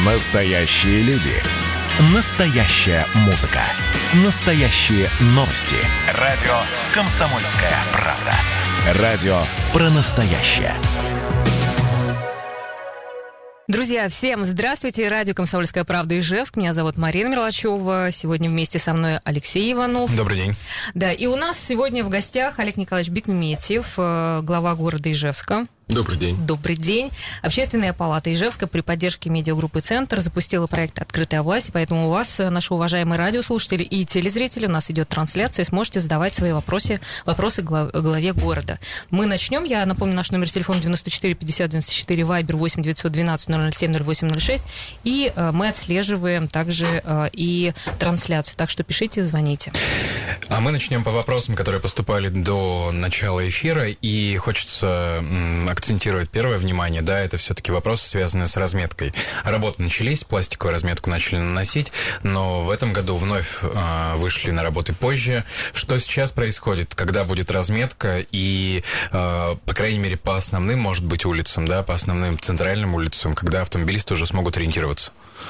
Настоящие люди. Настоящая музыка. Настоящие новости. Радио «Комсомольская правда». Радио про настоящее. Друзья, всем здравствуйте. Радио «Комсомольская правда» Ижевск. Меня зовут Марина Мерлачева. Сегодня вместе со мной Алексей Иванов. Добрый день. Да, и у нас сегодня в гостях Олег Николаевич Бекметьев, глава города Ижевска. Добрый день. Добрый день. Общественная палата Ижевска при поддержке медиагруппы «Центр» запустила проект «Открытая власть», поэтому у вас, наши уважаемые радиослушатели и телезрители, у нас идет трансляция, сможете задавать свои вопросы главе города. Мы начнем. Я напомню, наш номер телефона 94 50 94, Вайбер 8 912 007 0806, и мы отслеживаем также и трансляцию, так что пишите, звоните. А мы начнем по вопросам, которые поступали до начала эфира, и хочется акцентировать первое внимание, да, это все-таки вопросы, связанные с разметкой. Работы начались, пластиковую разметку начали наносить, но в этом году вновь вышли на работы позже. Что сейчас происходит, когда будет разметка и, по крайней мере, по основным, может быть, улицам, да, по основным центральным улицам, когда автомобилисты уже смогут ориентироваться?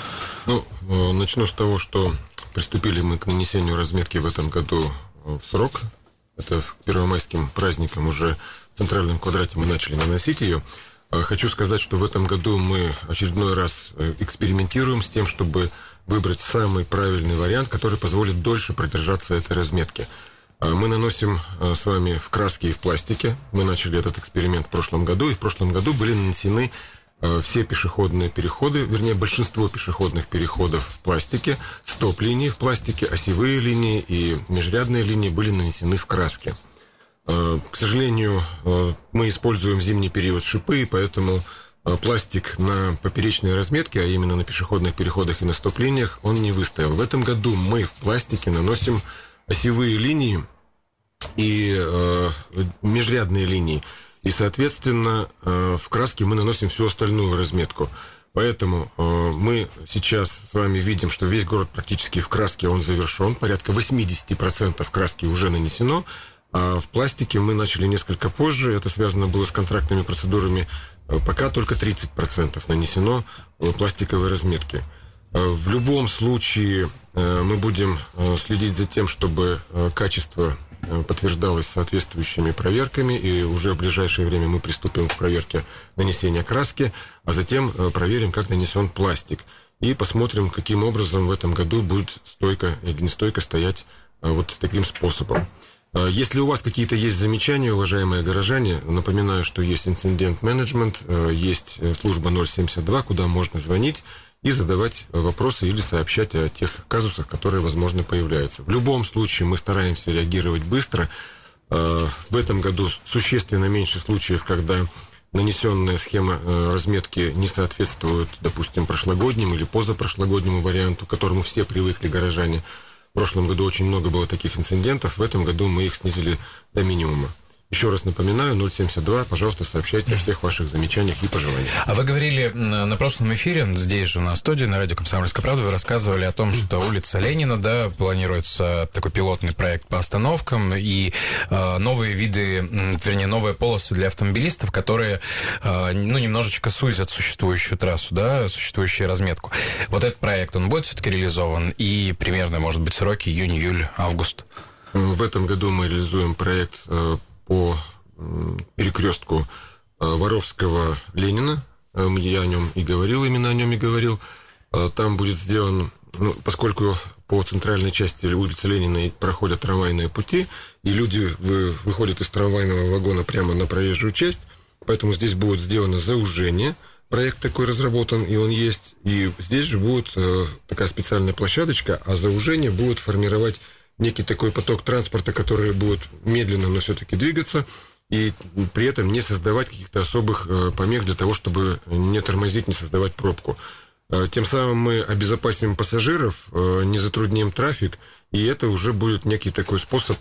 Начну с того, что приступили мы к нанесению разметки в этом году в срок. Это к первомайским праздникам уже в центральном квадрате мы начали наносить ее. Хочу сказать, что в этом году мы очередной раз экспериментируем с тем, чтобы выбрать самый правильный вариант, который позволит дольше продержаться этой разметки. Мы наносим с вами в краске и в пластике. Мы начали этот эксперимент в прошлом году, и в прошлом году были нанесены все пешеходные переходы, вернее, большинство пешеходных переходов в пластике, стоп-линии в пластике, осевые линии и межрядные линии были нанесены в краске. К сожалению, мы используем в зимний период шипы, и поэтому пластик на поперечной разметке, а именно на пешеходных переходах и на стоп-линиях, он не выстоял. В этом году мы в пластике наносим осевые линии и межрядные линии. И, соответственно, в краске мы наносим всю остальную разметку. Поэтому мы сейчас с вами видим, что весь город практически в краске, он завершен. Порядка 80% краски уже нанесено. А в пластике мы начали несколько позже. Это связано было с контрактными процедурами. Пока только 30% нанесено пластиковой разметки. В любом случае мы будем следить за тем, чтобы качество подтверждалось соответствующими проверками, и уже в ближайшее время мы приступим к проверке нанесения краски, а затем проверим, как нанесен пластик, и посмотрим, каким образом в этом году будет стойка или не стойка стоять вот таким способом. Если у вас какие-то есть замечания, уважаемые горожане, напоминаю, что есть инцидент-менеджмент, есть служба 072, куда можно звонить и задавать вопросы или сообщать о тех казусах, которые, возможно, появляются. В любом случае мы стараемся реагировать быстро. В этом году существенно меньше случаев, когда нанесенная схема разметки не соответствует, допустим, прошлогоднему или позапрошлогоднему варианту, к которому все привыкли горожане. В прошлом году очень много было таких инцидентов, в этом году мы их снизили до минимума. Еще раз напоминаю, 072, пожалуйста, сообщайте о всех ваших замечаниях и пожеланиях. А вы говорили на прошлом эфире, здесь же на студии, на радио «Комсомольская правда», вы рассказывали о том, что улица Ленина, да, планируется такой пилотный проект по остановкам и новые виды, вернее, новые полосы для автомобилистов, которые, немножечко сузят существующую трассу, да, существующую разметку. Вот этот проект, он будет все-таки реализован? И примерно, может быть, сроки июнь, июль, август? В этом году мы реализуем проект по перекрестку Воровского-Ленина. Я о нем и говорил, именно о нем и говорил. Там будет сделан, поскольку по центральной части улицы Ленина проходят трамвайные пути, и люди выходят из трамвайного вагона прямо на проезжую часть, поэтому здесь будет сделано заужение. Проект такой разработан, и он есть. И здесь же будет такая специальная площадочка, а заужение будет формировать некий такой поток транспорта, который будет медленно, но все-таки двигаться, и при этом не создавать каких-то особых помех для того, чтобы не тормозить, не создавать пробку. Тем самым мы обезопасим пассажиров, не затрудним трафик, и это уже будет некий такой способ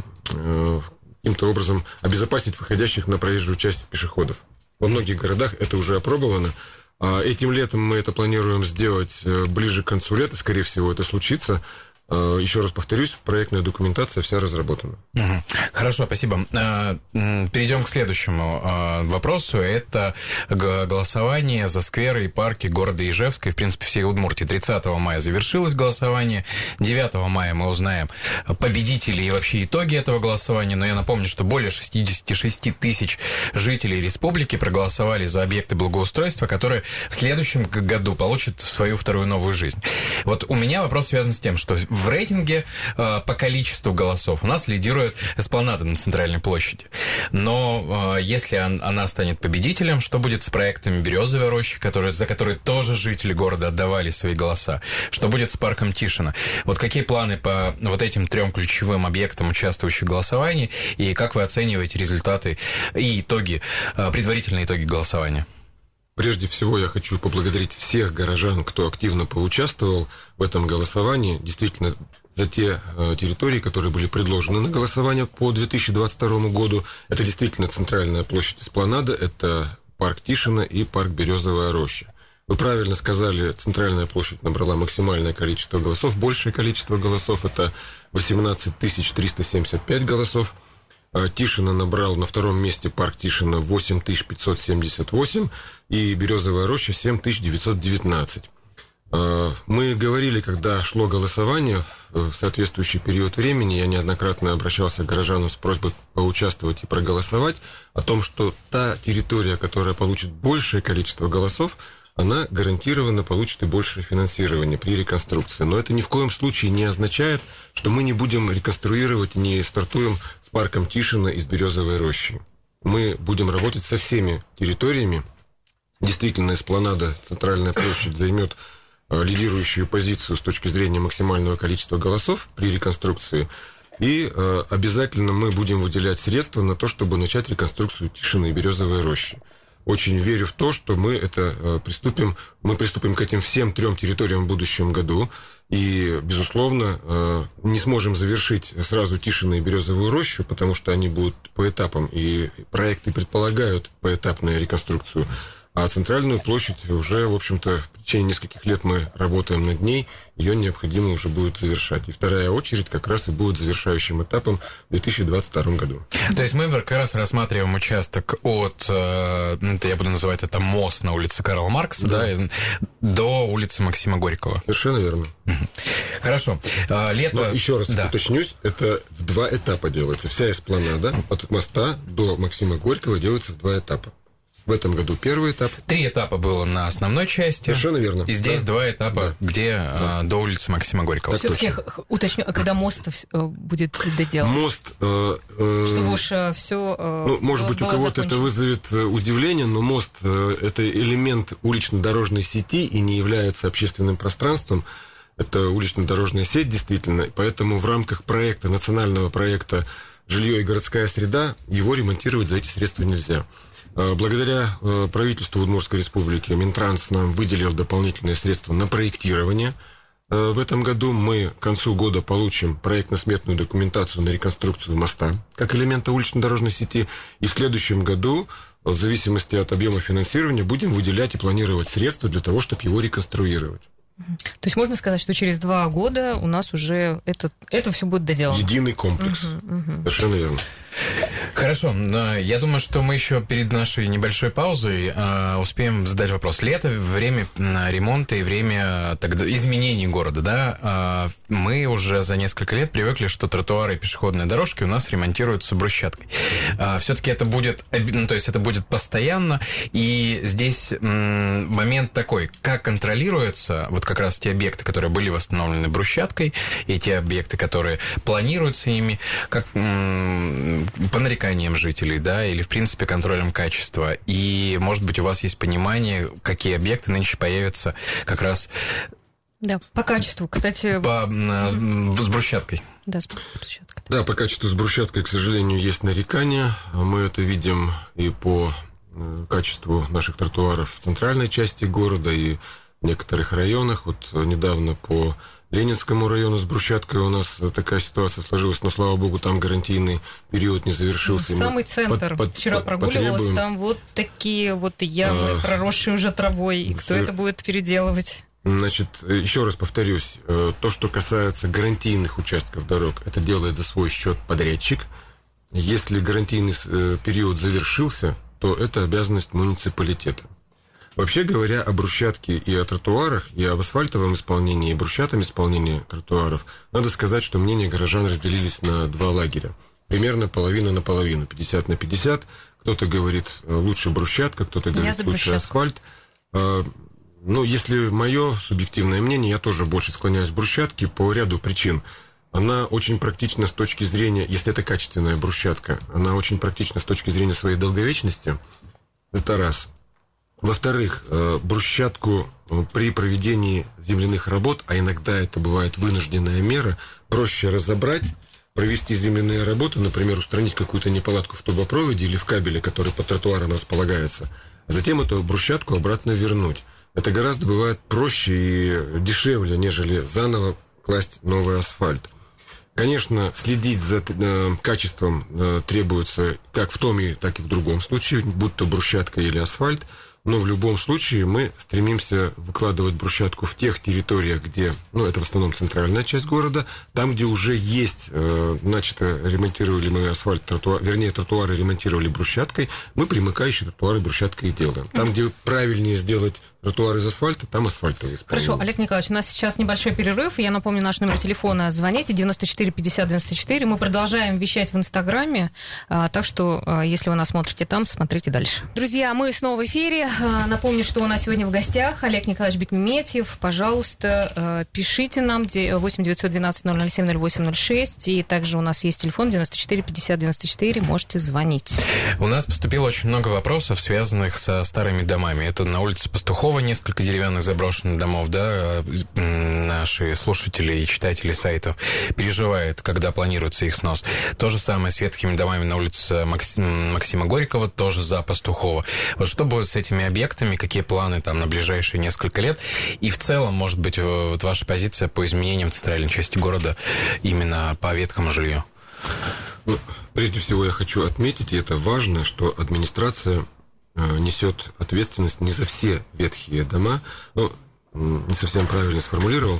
каким-то образом обезопасить выходящих на проезжую часть пешеходов. Во многих городах это уже опробовано. Этим летом мы это планируем сделать ближе к концу лета, скорее всего, это случится. Еще раз повторюсь, проектная документация вся разработана. Хорошо, спасибо. Перейдем к следующему вопросу. Это голосование за скверы и парки города Ижевска и, в принципе, всей Удмуртии. 30 мая завершилось голосование. 9 мая мы узнаем победителей и вообще итоги этого голосования. Но я напомню, что более 66 тысяч жителей республики проголосовали за объекты благоустройства, которые в следующем году получат свою вторую новую жизнь. Вот у меня вопрос связан с тем, что в рейтинге по количеству голосов у нас лидирует Эспланада на Центральной площади. Но если она станет победителем, что будет с проектами Березовой рощи, за которые тоже жители города отдавали свои голоса? Что будет с парком Тишина? Вот какие планы по вот этим 3 ключевым объектам, участвующих в голосовании, и как вы оцениваете результаты и итоги, предварительные итоги голосования? Прежде всего, я хочу поблагодарить всех горожан, кто активно поучаствовал в этом голосовании. Действительно, за те территории, которые были предложены на голосование по 2022 году. Это действительно центральная площадь Эспланада, это парк Тишина и парк Березовая роща. Вы правильно сказали, центральная площадь набрала максимальное количество голосов. Большее количество голосов – это 18 375 голосов. Тишина набрал на 2-м месте парк Тишина 8578 и Березовая роща 7919. Мы говорили, когда шло голосование в соответствующий период времени, я неоднократно обращался к горожанам с просьбой поучаствовать и проголосовать о том, что та территория, которая получит большее количество голосов, она гарантированно получит и большее финансирование при реконструкции. Но это ни в коем случае не означает, что мы не будем реконструировать, не стартуем с парком Тишина и с Березовой рощей. Мы будем работать со всеми территориями. Действительно, Эспланада, центральная площадь, займет лидирующую позицию с точки зрения максимального количества голосов при реконструкции. И обязательно мы будем выделять средства на то, чтобы начать реконструкцию Тишины и Березовой рощи. Очень верю в то, что мы приступим к этим всем 3 территориям в будущем году. И, безусловно, не сможем завершить сразу Тишину и Березовую рощу, потому что они будут по этапам, и проекты предполагают поэтапную реконструкцию. А центральную площадь уже, в общем-то, в течение нескольких лет мы работаем над ней, ее необходимо уже будет завершать. И вторая очередь как раз и будет завершающим этапом в 2022 году. То есть мы как раз рассматриваем участок от, я буду называть это мост на улице Карла Маркса, да, до улицы Максима Горького. Совершенно верно. Хорошо. Лето... Но еще раз уточнюсь, это в 2 этапа делается. Вся Эспланада от моста до Максима Горького делается в 2 этапа. В этом году 1-й этап. 3 этапа было на основной части. Совершенно верно. И здесь 2 этапа, где до улицы Максима Горького. Все-таки уточню, а когда мост будет доделан? Мост... Чтобы уж все может быть, у кого-то закончено. это вызовет удивление, но мост – это элемент улично-дорожной сети и не является общественным пространством. Это улично-дорожная сеть, действительно. Поэтому в рамках проекта, национального проекта «Жилье и городская среда» его ремонтировать за эти средства нельзя. Благодаря правительству Удмуртской республики Минтранс нам выделил дополнительные средства на проектирование. В этом году мы к концу года получим проектно-сметную документацию на реконструкцию моста как элемента улично-дорожной сети. И в следующем году, в зависимости от объема финансирования, будем выделять и планировать средства для того, чтобы его реконструировать. То есть можно сказать, что через 2 года у нас уже это все будет доделано? Единый комплекс. Совершенно верно. Хорошо. Я думаю, что мы еще перед нашей небольшой паузой успеем задать вопрос. Лето, время ремонта и время изменений города, да? Мы уже за несколько лет привыкли, что тротуары и пешеходные дорожки у нас ремонтируются брусчаткой. Все-таки это будет, это будет постоянно, и здесь момент такой, как контролируется вот как раз те объекты, которые были восстановлены брусчаткой, и те объекты, которые планируются ими, как по нареканиям жителей, да, или, в принципе, контролем качества. И, может быть, у вас есть понимание, какие объекты нынче появятся как раз... Да, по качеству, кстати... С брусчаткой. Да, с брусчаткой. Да, по качеству с брусчаткой, к сожалению, есть нарекания. Мы это видим и по качеству наших тротуаров в центральной части города, и в некоторых районах. Вот недавно по Ленинскому району с брусчаткой у нас такая ситуация сложилась, но, слава богу, там гарантийный период не завершился. Самый центр. Вчера прогуливалась, там вот такие вот ямы, проросшие уже травой. И кто это будет переделывать? Значит, еще раз повторюсь, то, что касается гарантийных участков дорог, это делает за свой счет подрядчик. Если гарантийный период завершился, то это обязанность муниципалитета. Вообще говоря, о брусчатке и о тротуарах, и об асфальтовом исполнении, и брусчатом исполнении тротуаров, надо сказать, что мнения горожан разделились на два лагеря. Примерно половина на половину, 50 на 50. Кто-то говорит, лучше брусчатка, кто-то говорит, лучше асфальт. Ну, если мое субъективное мнение, я тоже больше склоняюсь к брусчатке по ряду причин. Она очень практична с точки зрения, если это качественная брусчатка, она очень практична с точки зрения своей долговечности. Это раз. Во-вторых, брусчатку при проведении земляных работ, а иногда это бывает вынужденная мера, проще разобрать, провести земляные работы, например, устранить какую-то неполадку в трубопроводе или в кабеле, который по тротуарам располагается, а затем эту брусчатку обратно вернуть. Это гораздо бывает проще и дешевле, нежели заново класть новый асфальт. Конечно, следить за качеством требуется как в том, так и в другом случае, будь то брусчатка или асфальт. Но в любом случае мы стремимся выкладывать брусчатку в тех территориях, где, ну, это в основном центральная часть города, там, где уже есть, начато ремонтировали мы асфальт, тротуары ремонтировали брусчаткой, мы примыкающие тротуары брусчаткой и делаем. Там, где правильнее сделать тротуар из асфальта, там асфальтовый исполнение. Хорошо, Олег Николаевич, у нас сейчас небольшой перерыв. Я напомню, наш номер телефона. Звоните 94 50 94. Мы продолжаем вещать в Инстаграме, так что, если вы нас смотрите там, смотрите дальше. Друзья, мы снова в эфире. Напомню, что у нас сегодня в гостях Олег Николаевич Бекметьев. Пожалуйста, пишите нам 8 912 007 0806. И также у нас есть телефон 94 50 94. Можете звонить. У нас поступило очень много вопросов, связанных со старыми домами. Это на улице Пастухова несколько деревянных заброшенных домов, да, наши слушатели и читатели сайтов переживают, когда планируется их снос. То же самое с ветхими домами на улице Максима Горького, тоже за Пастухова. Вот что будет с этими объектами, какие планы там на ближайшие несколько лет? И в целом, может быть, вот ваша позиция по изменениям в центральной части города именно по ветхому жилью? Ну, прежде всего я хочу отметить, и это важно, что администрация несет ответственность не за все ветхие дома, ну, не совсем правильно сформулировал.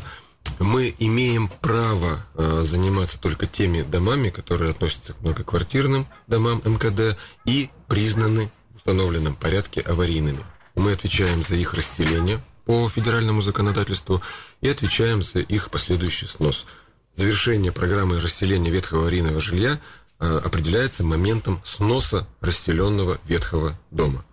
Мы имеем право заниматься только теми домами, которые относятся к многоквартирным домам МКД и признаны в установленном порядке аварийными. Мы отвечаем за их расселение по федеральному законодательству и отвечаем за их последующий снос. Завершение программы расселения ветхого аварийного жилья определяется моментом сноса расселенного ветхого дома.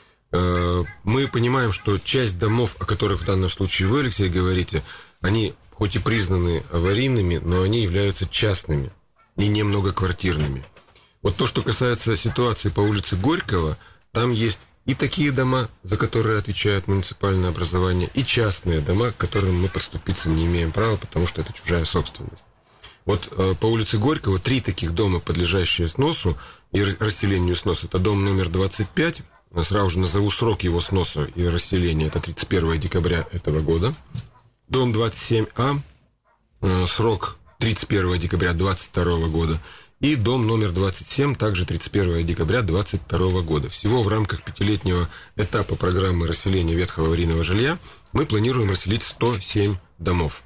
Мы понимаем, что часть домов, о которых в данном случае вы, Алексей, говорите, они хоть и признаны аварийными, но они являются частными и не многоквартирными. Вот то, что касается ситуации по улице Горького, там есть и такие дома, за которые отвечает муниципальное образование, и частные дома, к которым мы подступиться не имеем права, потому что это чужая собственность. Вот по улице Горького 3 таких дома, подлежащие сносу и расселению сноса. Это дом номер 25, сразу же назову срок его сноса и расселения, это 31 декабря этого года. Дом 27А, срок 31 декабря 2022 года. И дом номер 27, также 31 декабря 2022 года. Всего в рамках 5-летнего этапа программы расселения ветхого аварийного жилья мы планируем расселить 107 домов.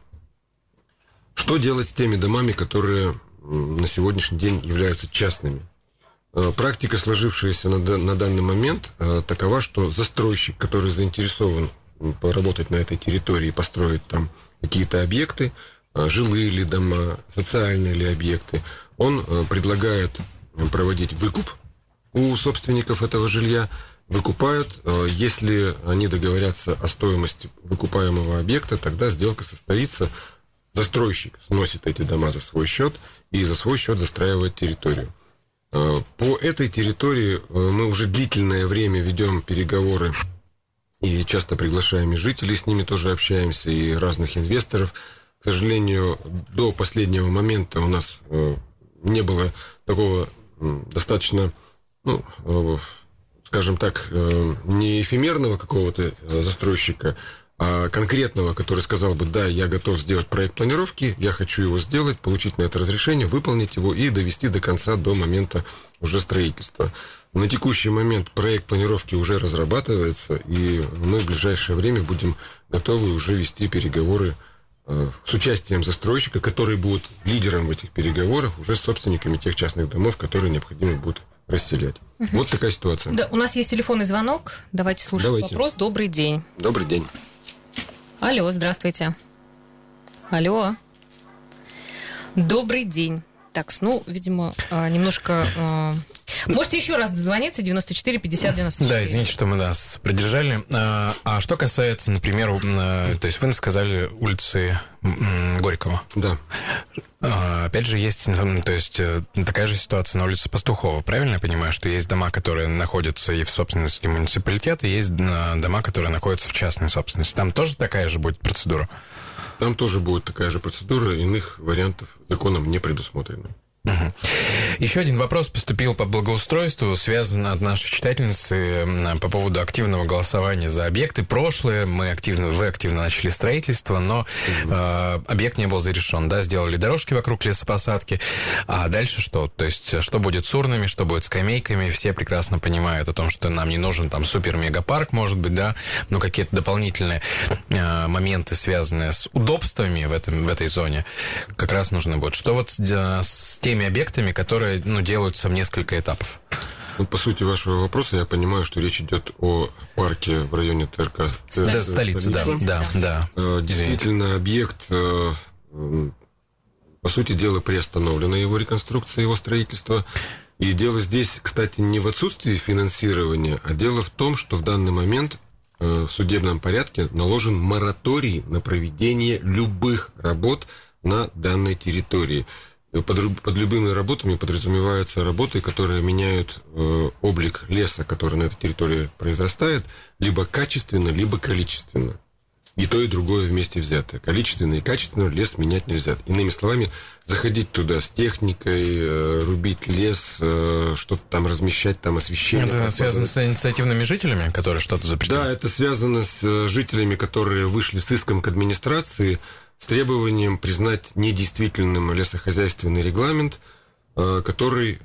Что делать с теми домами, которые на сегодняшний день являются частными? Практика, сложившаяся на данный момент, такова, что застройщик, который заинтересован поработать на этой территории, построить там какие-то объекты, жилые ли дома, социальные ли объекты, он предлагает проводить выкуп у собственников этого жилья, выкупают. Если они договорятся о стоимости выкупаемого объекта, тогда сделка состоится. Застройщик сносит эти дома за свой счет и за свой счет застраивает территорию. По этой территории мы уже длительное время ведем переговоры и часто приглашаем и жителей, с ними тоже общаемся, и разных инвесторов. К сожалению, до последнего момента у нас не было такого достаточно, ну, скажем так, не эфемерного какого-то застройщика, а конкретного, который сказал бы: да, я готов сделать проект планировки, я хочу его сделать, получить на это разрешение, выполнить его и довести до конца, до момента уже строительства. На текущий момент проект планировки уже разрабатывается, и мы в ближайшее время будем готовы уже вести переговоры с участием застройщика, который будет лидером в этих переговорах, уже с собственниками тех частных домов, которые необходимо будет расселять. Вот такая ситуация. Да, у нас есть телефонный звонок. Давайте слушать вопрос. Добрый день. Добрый день. Алло, здравствуйте. Алло. Добрый день. Так, видимо, немножко... Можете еще раз дозвониться, 94 50 94. Да, извините, что мы нас придержали. А что касается, например, то есть вы сказали улицы Горького. Да. Опять же, есть, то есть такая же ситуация на улице Пастухова. Правильно я понимаю, что есть дома, которые находятся и в собственности муниципалитета, и есть дома, которые находятся в частной собственности. Там тоже такая же будет процедура? Там тоже будет такая же процедура, иных вариантов законом не предусмотрено. Угу. Еще один вопрос поступил по благоустройству, связан от нашей читательницы по поводу активного голосования за объекты. Прошлое вы активно начали строительство, но объект не был зарешен. Да, сделали дорожки вокруг лесопосадки. А дальше что? То есть, что будет с урнами, что будет с скамейками? Все прекрасно понимают о том, что нам не нужен там супер-мегапарк, может быть, да, но какие-то дополнительные моменты, связанные с удобствами в этой зоне, как раз нужны будут. Что вот с теми объектами, которые делаются в несколько этапов? По сути вашего вопроса я понимаю, что речь идет о парке в районе ТРК. Столицы, да. Действительно, объект, по сути дела, приостановлена его реконструкция, его строительство. И дело здесь, кстати, не в отсутствии финансирования, а дело в том, что в данный момент в судебном порядке наложен мораторий на проведение любых работ на данной территории. Под любыми работами подразумеваются работы, которые меняют облик леса, который на этой территории произрастает, либо качественно, либо количественно. И то, и другое вместе взятое. Количественно и качественно лес менять нельзя. Иными словами, заходить туда с техникой, рубить лес, что-то там размещать, там освещение. Это связано с инициативными жителями, которые что-то запретили? Да, это связано с жителями, которые вышли с иском к администрации, с требованием признать недействительным лесохозяйственный регламент, который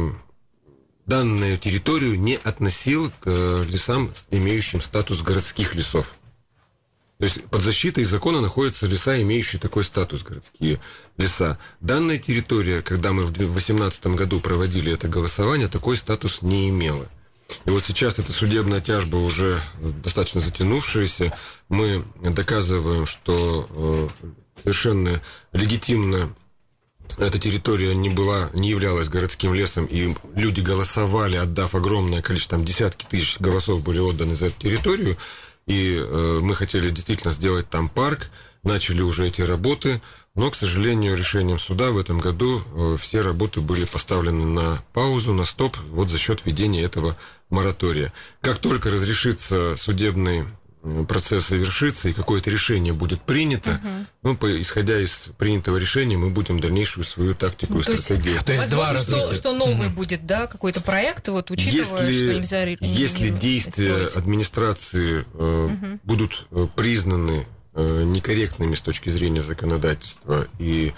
данную территорию не относил к лесам, имеющим статус городских лесов. То есть под защитой закона находятся леса, имеющие такой статус, городские леса. Данная территория, когда мы в 2018 году проводили это голосование, такой статус не имела. И вот сейчас эта судебная тяжба уже достаточно затянувшаяся. Мы доказываем, что совершенно легитимно эта территория не являлась городским лесом, и люди голосовали, отдав огромное количество, там десятки тысяч голосов были отданы за эту территорию, и мы хотели действительно сделать там парк, начали уже эти работы, но, к сожалению, решением суда в этом году все работы были поставлены на паузу, на стоп, вот за счет введения этого моратория. Как только разрешится судебный процесс завершится и какое-то решение будет принято, исходя из принятого решения, мы будем дальнейшую свою тактику и стратегию. То есть два развития. Что новый будет, да, какой-то проект, вот учитывая, что нельзя... Если действия администрации будут признаны некорректными с точки зрения законодательства, и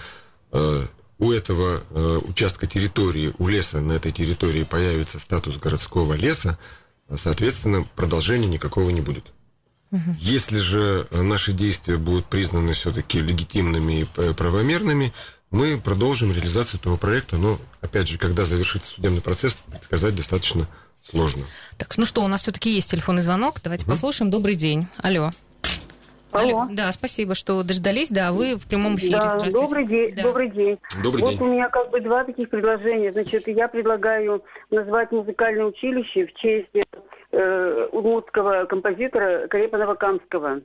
у этого участка территории, у леса на этой территории появится статус городского леса, соответственно, продолжения никакого не будет. Если же наши действия будут признаны все-таки легитимными и правомерными, мы продолжим реализацию этого проекта, но, опять же, когда завершится судебный процесс, предсказать достаточно сложно. Так, у нас все-таки есть телефонный звонок, давайте послушаем. Добрый день. Алло. Алло. Да, спасибо, что дождались. Да, вы в прямом эфире. Да, добрый день. Да. Добрый день. Добрый день. У меня два таких предложения. Значит, я предлагаю назвать музыкальное училище в честь удмуртского композитора Карепа Новокамского.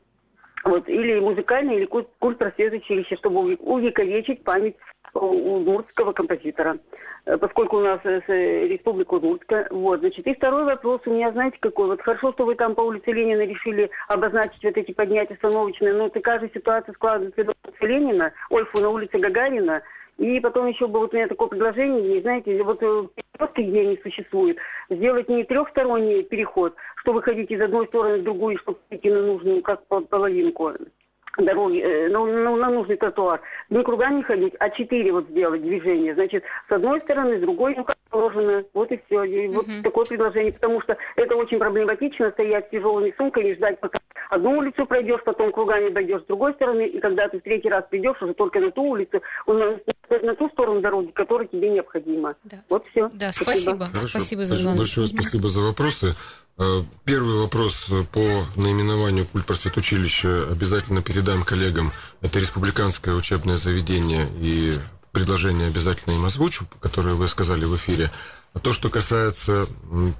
Или музыкальное, или культ-просвет училище, чтобы увековечить память удмуртского композитора. Поскольку у нас республика Удмуртская. И второй вопрос у меня, знаете, какой? Хорошо, что вы там по улице Ленина решили обозначить эти поднятия остановочные, но такая же ситуация складывается на улице Ленина, на улице Гагарина. И потом еще было у меня такое предложение, знаете, перекрестки, где они существуют, сделать не трехсторонний переход, что выходить из одной стороны в другую, чтобы идти на нужную, как половинку. дороги, на нужный тротуар. Не кругами ходить, а 4 вот сделать движения. Значит, с одной стороны, с другой, как положено. Вот и все. И вот такое предложение. Потому что это очень проблематично, стоять с тяжелыми сумками, ждать, пока одну улицу пройдешь, потом кругами обойдешь с другой стороны. И когда ты в третий раз придешь, уже только на ту улицу, на ту сторону дороги, которая тебе необходима. Да. Вот все. Да, спасибо. Спасибо за звонок. Большое спасибо за вопросы. Первый вопрос по наименованию культпросветучилища обязательно передам коллегам. Это республиканское учебное заведение, и предложение обязательно им озвучу, которое вы сказали в эфире. А то, что касается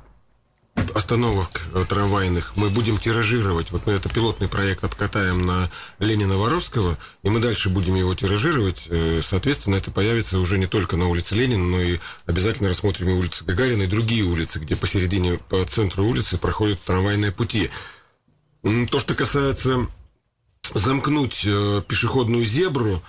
остановок трамвайных, мы будем тиражировать. Вот мы этот пилотный проект откатаем на Ленина-Воровского, и мы дальше будем его тиражировать. Соответственно, это появится уже не только на улице Ленина, но и обязательно рассмотрим и улицу Гагарина, и другие улицы, где посередине, по центру улицы проходят трамвайные пути. То, что касается замкнуть пешеходную зебру,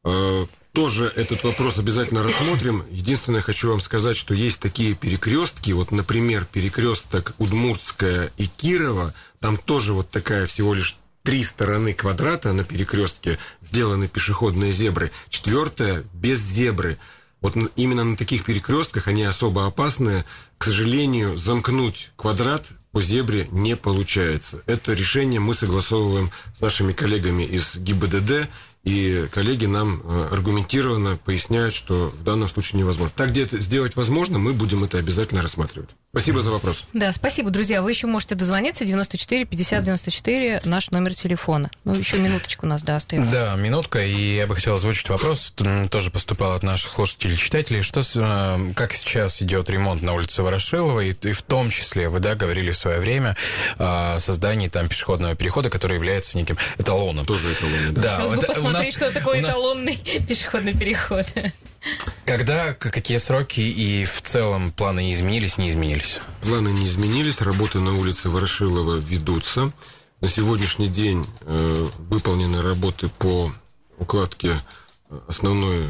тоже этот вопрос обязательно рассмотрим. Единственное, хочу вам сказать, что есть такие перекрестки, вот, например, перекресток Удмуртская и Кирова, там тоже вот такая всего лишь 3 стороны квадрата на перекрестке сделаны пешеходные зебры, 4-я без зебры. Вот именно на таких перекрестках они особо опасные. К сожалению, замкнуть квадрат по зебре не получается. Это решение мы согласовываем с нашими коллегами из ГИБДД, и коллеги нам аргументированно поясняют, что в данном случае невозможно. Так, где это сделать возможно, мы будем это обязательно рассматривать. Спасибо за вопрос. Да, спасибо, друзья. Вы еще можете дозвониться. 94 50 94, наш номер телефона. Ну, еще минуточку у нас, да, остается. Да, минутка, и я бы хотел озвучить вопрос. Тоже поступал от наших слушателей и читателей. Как сейчас идет ремонт на улице Ворошилова, и в том числе вы, да, говорили в свое время о создании там пешеходного перехода, который является неким эталоном. Тоже эталон, да. Хотелось бы посмотреть, что такое эталонный пешеходный переход. Когда, какие сроки и в целом планы изменились, не изменились? Планы не изменились, работы на улице Ворошилова ведутся. На сегодняшний день выполнены работы по укладке основной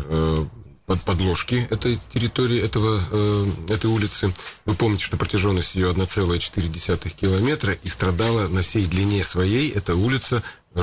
подложки этой территории, этой улицы. Вы помните, что протяженность ее 1,4 километра, и страдала на всей длине своей эта улица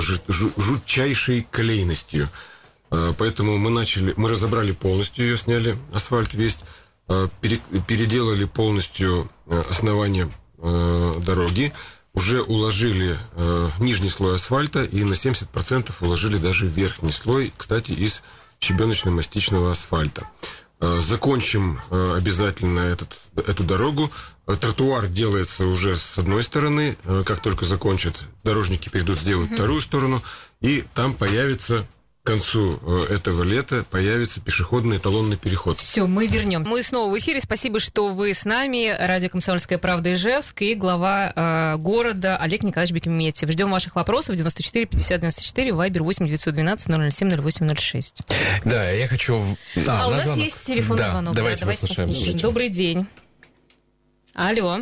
жутчайшей колейностью. Поэтому мы разобрали полностью ее, сняли асфальт весь, переделали полностью основание дороги, уже уложили нижний слой асфальта и на 70% уложили даже верхний слой, кстати, из щебеночно-мастичного асфальта. Закончим обязательно эту дорогу. Тротуар делается уже с одной стороны. Как только закончат, дорожники перейдут сделать вторую сторону, и там появится... К концу этого лета появится пешеходный эталонный переход. Все, мы вернем. Мы снова в эфире. Спасибо, что вы с нами. Радио «Комсомольская правда» Ижевск и глава города Олег Николаевич Бекметьев. Ждем ваших вопросов. 94 50 94, вайбер 8 912 007 0806. Да, я хочу... у нас есть телефонный звонок. Давайте послушаем. Добрый день. Алло.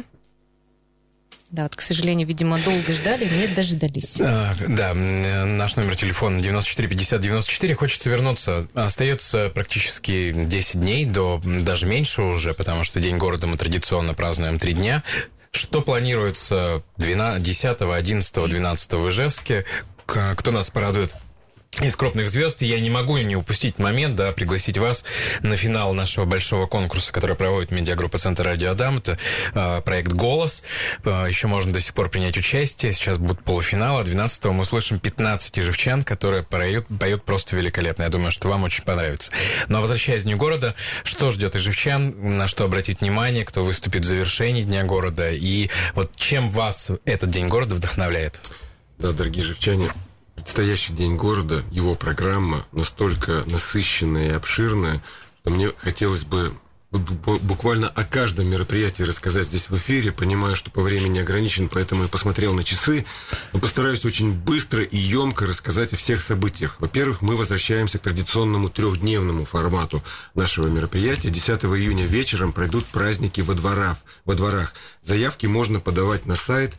Да, вот, к сожалению, видимо, долго ждали, не дождались. Да, наш номер телефона 94 50 94. Хочется вернуться. Остается практически 10 дней, даже меньше уже, потому что День города мы традиционно празднуем 3 дня. Что планируется 10, 11, 12 в Ижевске? Кто нас порадует из крупных звезд? Я не могу не упустить момент, да, пригласить вас на финал нашего большого конкурса, который проводит медиагруппа «Центр Радио Адам». Это проект «Голос». Еще можно до сих пор принять участие. Сейчас будут полуфиналы. 12-го мы услышим 15 ижевчан, которые поют просто великолепно. Я думаю, что вам очень понравится. Ну а возвращаясь к Дню города, что ждет ижевчан, на что обратить внимание, кто выступит в завершении Дня города, и вот чем вас этот День города вдохновляет? Да, дорогие ижевчане, предстоящий День города, его программа настолько насыщенная и обширная, что мне хотелось бы буквально о каждом мероприятии рассказать здесь в эфире. Понимаю, что по времени ограничен, поэтому я посмотрел на часы, но постараюсь очень быстро и емко рассказать о всех событиях. Во-первых, мы возвращаемся к традиционному 3-дневному формату нашего мероприятия. 10 июня вечером пройдут праздники во дворах. Заявки можно подавать на сайт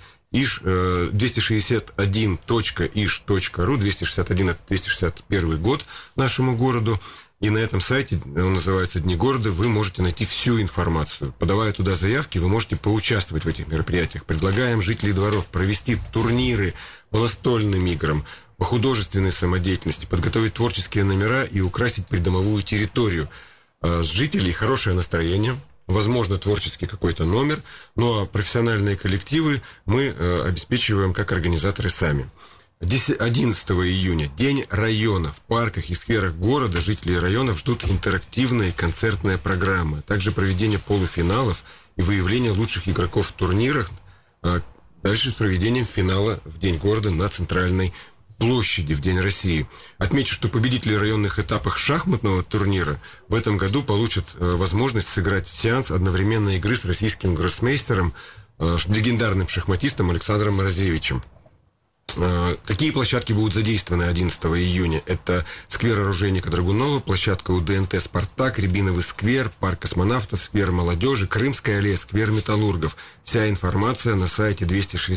261.ish.ru, 261 – это 261 год нашему городу. И на этом сайте, он называется «Дни города», вы можете найти всю информацию. Подавая туда заявки, вы можете поучаствовать в этих мероприятиях. Предлагаем жителей дворов провести турниры по настольным играм, по художественной самодеятельности, подготовить творческие номера и украсить придомовую территорию. С жителей хорошее настроение, возможно, творческий какой-то номер, ну а профессиональные коллективы мы обеспечиваем как организаторы сами. 11 июня, День района. В парках и скверах города жителей районов ждут интерактивная концертная программа, также проведение полуфиналов и выявление лучших игроков в турнирах, дальше с проведением финала в День города на центральной площади в День России. Отмечу, что победители районных этапов шахматного турнира в этом году получат возможность сыграть в сеанс одновременной игры с российским гроссмейстером, легендарным шахматистом Александром Морозевичем. Какие площадки будут задействованы 11 июня? Это сквер оружейника Драгунова, площадка УДНТ «Спартак», Рябиновый сквер, парк космонавтов, сквер молодежи, Крымская аллея, сквер металлургов. Вся информация на сайте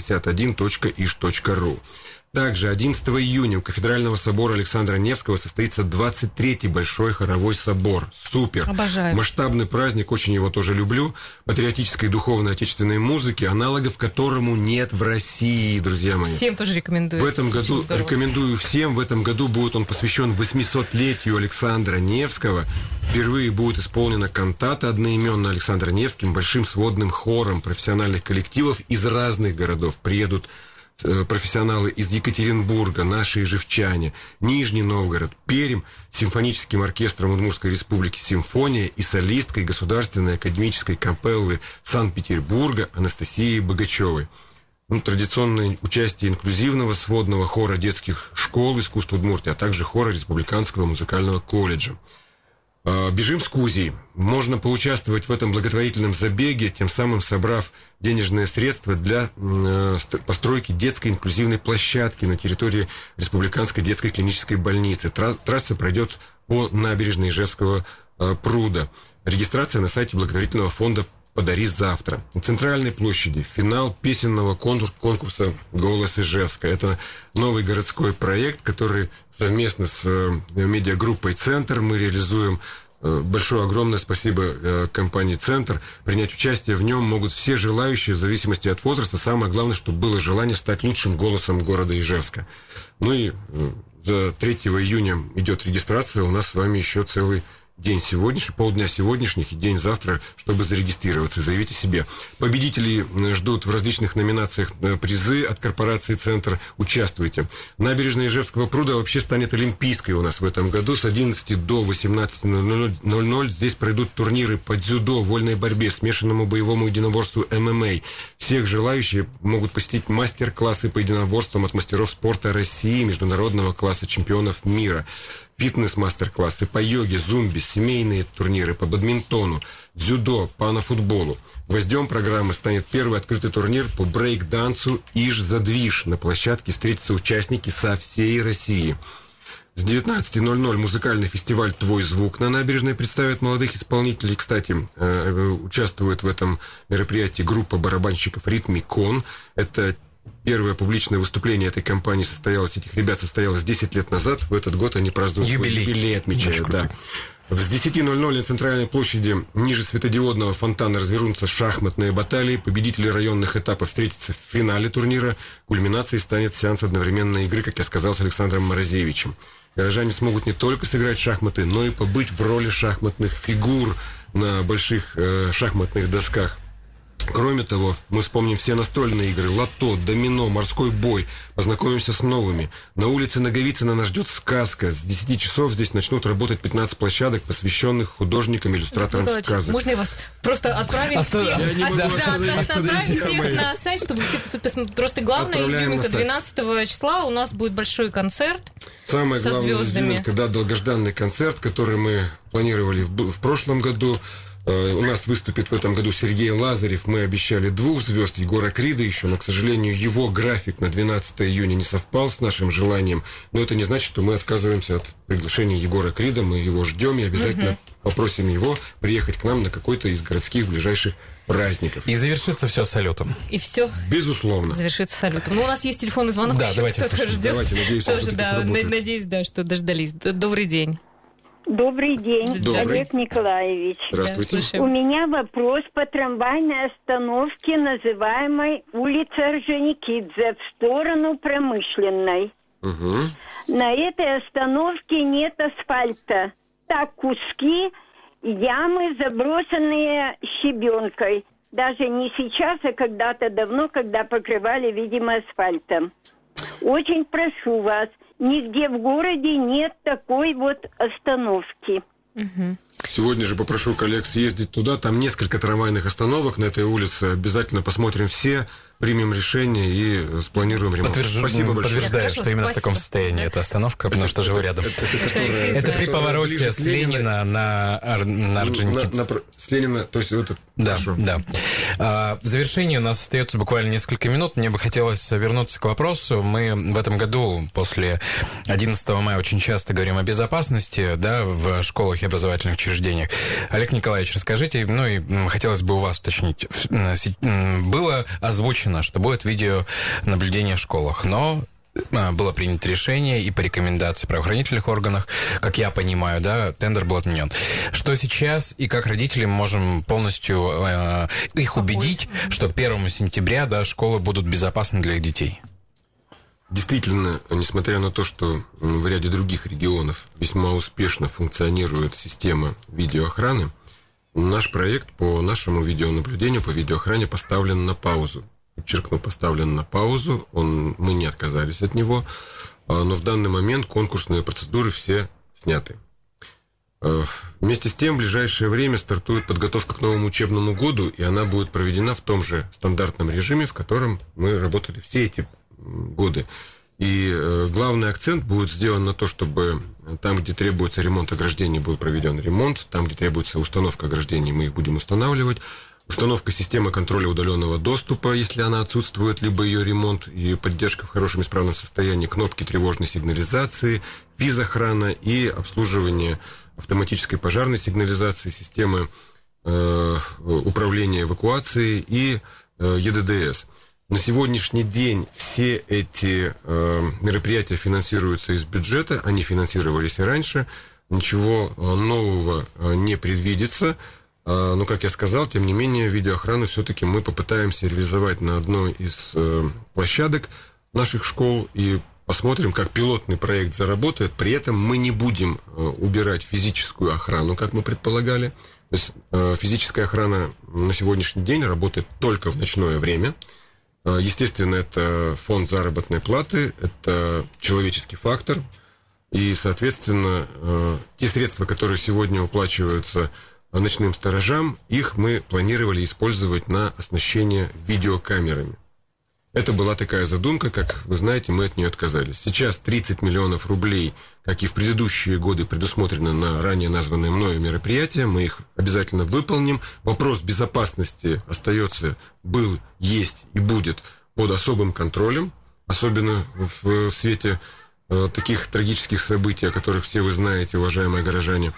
261.ish.ru. Также 11 июня у Кафедрального собора Александра Невского состоится 23-й Большой хоровой собор. Супер! Обожаю. Масштабный праздник, очень его тоже люблю. Патриотической, духовной, отечественной музыки, аналогов которому нет в России, друзья мои. Всем тоже рекомендую. В этом году рекомендую всем. В этом году будет он посвящен 800-летию Александра Невского. Впервые будет исполнена кантата одноименная Александром Невским, большим сводным хором профессиональных коллективов из разных городов. Приедут профессионалы из Екатеринбурга, наши ижевчане, Нижний Новгород, Пермь, симфоническим оркестром Удмуртской республики «Симфония» и солисткой Государственной академической капеллы Санкт-Петербурга Анастасией Богачевой. Традиционное участие инклюзивного сводного хора детских школ искусств Удмуртии, а также хора Республиканского музыкального колледжа. Бежим с Кузей. Можно поучаствовать в этом благотворительном забеге, тем самым собрав денежные средства для постройки детской инклюзивной площадки на территории Республиканской детской клинической больницы. Трасса пройдет по набережной Ижевского пруда. Регистрация на сайте благотворительного фонда «Подари завтра». На центральной площади финал песенного конкурса «Голос Ижевска». Это новый городской проект, который совместно с медиагруппой «Центр» мы реализуем. Большое, огромное спасибо компании «Центр». Принять участие в нем могут все желающие, в зависимости от возраста. Самое главное, чтобы было желание стать лучшим голосом города Ижевска. Ну и за 3 июня идет регистрация. У нас с вами еще целый день сегодняшний, полдня сегодняшних и день завтра, чтобы зарегистрироваться, заявить о себе. Победители ждут в различных номинациях призы от корпорации «Центр». Участвуйте. Набережная Ижевского пруда вообще станет олимпийской у нас в этом году. С 11 до 18:00 здесь пройдут турниры по дзюдо, вольной борьбе, смешанному боевому единоборству ММА. Всех желающих могут посетить мастер-классы по единоборствам от мастеров спорта России, международного класса чемпионов мира. Фитнес-мастер-классы по йоге, зумбе, семейные турниры по бадминтону, дзюдо, панофутболу. Гвоздем программы станет первый открытый турнир по брейк-дансу «Иж-задвиж». На площадке встретятся участники со всей России. С 19:00 музыкальный фестиваль «Твой звук» на набережной представит молодых исполнителей. Кстати, участвует в этом мероприятии группа барабанщиков «Ритмикон». Это первое публичное выступление этой компании этих ребят состоялось 10 лет назад. В этот год они празднуют юбилей, отмечают. Да. С 10:00 на центральной площади ниже светодиодного фонтана развернутся шахматные баталии. Победители районных этапов встретятся в финале турнира. Кульминацией станет сеанс одновременной игры, как я сказал, с Александром Морозевичем. Горожане смогут не только сыграть в шахматы, но и побыть в роли шахматных фигур на больших шахматных досках. Кроме того, мы вспомним все настольные игры: лото, домино, морской бой, познакомимся с новыми. На улице Наговицына нас ждет сказка. С 10 часов здесь начнут работать 15 площадок, посвященных художникам, иллюстраторам сказок. Можно я вас просто отправим всех на сайт, чтобы все поступили? Просто главное, изюминка, 12 числа у нас будет большой концерт. Самое главное, изюминка, да, долгожданный концерт, который мы планировали в прошлом году. У нас выступит в этом году Сергей Лазарев. Мы обещали 2 звезд, Егора Крида еще, но, к сожалению, его график на 12 июня не совпал с нашим желанием. Но это не значит, что мы отказываемся от приглашения Егора Крида. Мы его ждем и обязательно попросим его приехать к нам на какой-то из городских ближайших праздников. И завершится все салютом. И все. Безусловно. Завершится салютом. Ну, у нас есть телефонный звонок. Да, давайте ждет. Давайте, надеюсь, тоже, да, надеюсь, да, что дождались. Добрый день. Добрый день, Добрый. Олег Николаевич. Здравствуйте. У меня вопрос по трамвайной остановке, называемой улица Орджоникидзе, в сторону Промышленной. Угу. На этой остановке нет асфальта. Так куски, ямы, забросанные щебенкой. Даже не сейчас, а когда-то давно, когда покрывали, видимо, асфальтом. Очень прошу вас, нигде в городе нет такой вот остановки. Сегодня же попрошу коллег съездить туда. Там несколько трамвайных остановок на этой улице. Обязательно посмотрим все, примем решение и спланируем ремонт. Спасибо большое. Подтверждаю, Хорошо, что именно в спасибо. таком состоянии эта остановка, потому что живу рядом. Это при повороте с Ленина на Орджоникидзе. С Ленина, то есть вот это. Да, Хорошо. да. В завершении у нас остается буквально несколько минут. Мне бы хотелось вернуться к вопросу. Мы в этом году, после 11 мая, очень часто говорим о безопасности, да, в школах и образовательных учреждениях. Олег Николаевич, расскажите, ну и хотелось бы у вас уточнить. Было озвучено, что будет видеонаблюдение в школах, но было принято решение и по рекомендации правоохранительных органов, как я понимаю, да, тендер был отменен. Что сейчас и как родители мы можем полностью их убедить, что к 1 сентября, да, школы будут безопасны для их детей? Действительно, несмотря на то, что в ряде других регионов весьма успешно функционирует система видеоохраны, наш проект по нашему видеонаблюдению, по видеоохране поставлен на паузу. Подчеркну, поставлен на паузу, мы не отказались от него, но в данный момент конкурсные процедуры все сняты. Вместе с тем, в ближайшее время стартует подготовка к новому учебному году, и она будет проведена в том же стандартном режиме, в котором мы работали все эти годы. И главный акцент будет сделан на то, чтобы там, где требуется ремонт ограждений, был проведен ремонт, там, где требуется установка ограждений, мы их будем устанавливать. Установка системы контроля удаленного доступа, если она отсутствует, либо ее ремонт и поддержка в хорошем исправном состоянии, кнопки тревожной сигнализации, физохрана и обслуживание автоматической пожарной сигнализации, системы управления эвакуацией и ЕДДС. На сегодняшний день все эти мероприятия финансируются из бюджета, они финансировались и раньше, ничего нового не предвидится. Но, как я сказал, тем не менее, видеоохрану все-таки мы попытаемся реализовать на одной из площадок наших школ и посмотрим, как пилотный проект заработает. При этом мы не будем убирать физическую охрану, как мы предполагали. То есть физическая охрана на сегодняшний день работает только в ночное время. Естественно, это фонд заработной платы, это человеческий фактор. И, соответственно, те средства, которые сегодня уплачиваются ночным сторожам, их мы планировали использовать на оснащение видеокамерами. Это была такая задумка, как вы знаете, мы от нее отказались. Сейчас 30 миллионов рублей, как и в предыдущие годы, предусмотрены на ранее названные мною мероприятия. Мы их обязательно выполним. Вопрос безопасности остается, был, есть и будет под особым контролем, особенно в свете таких трагических событий, о которых все вы знаете, уважаемые горожане.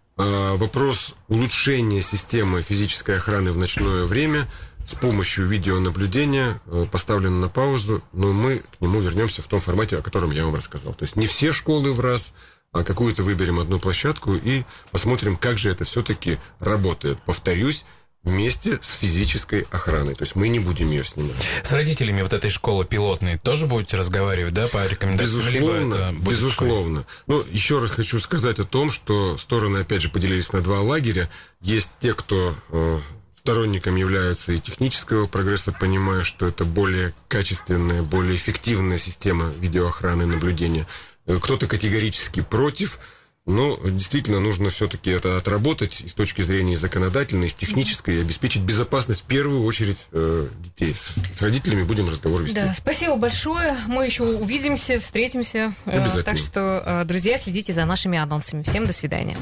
Вопрос улучшения системы физической охраны в ночное время с помощью видеонаблюдения поставлен на паузу, но мы к нему вернемся в том формате, о котором я вам рассказал. То есть не все школы в раз, а какую-то выберем одну площадку и посмотрим, как же это все-таки работает. Повторюсь, вместе с физической охраной. То есть мы не будем ее снимать. С родителями вот этой школы пилотной тоже будете разговаривать, да, по рекомендациям? Безусловно, безусловно. Ну, еще раз хочу сказать о том, что стороны, опять же, поделились на два лагеря. Есть те, кто сторонником является и технического прогресса, понимая, что это более качественная, более эффективная система видеоохраны и наблюдения. Кто-то категорически против. Но действительно нужно все-таки это отработать и с точки зрения законодательной, и с технической, и обеспечить безопасность в первую очередь детей. С родителями будем разговор вести. Да, спасибо большое. Мы еще увидимся, встретимся. Обязательно. Так что, друзья, следите за нашими анонсами. Всем до свидания.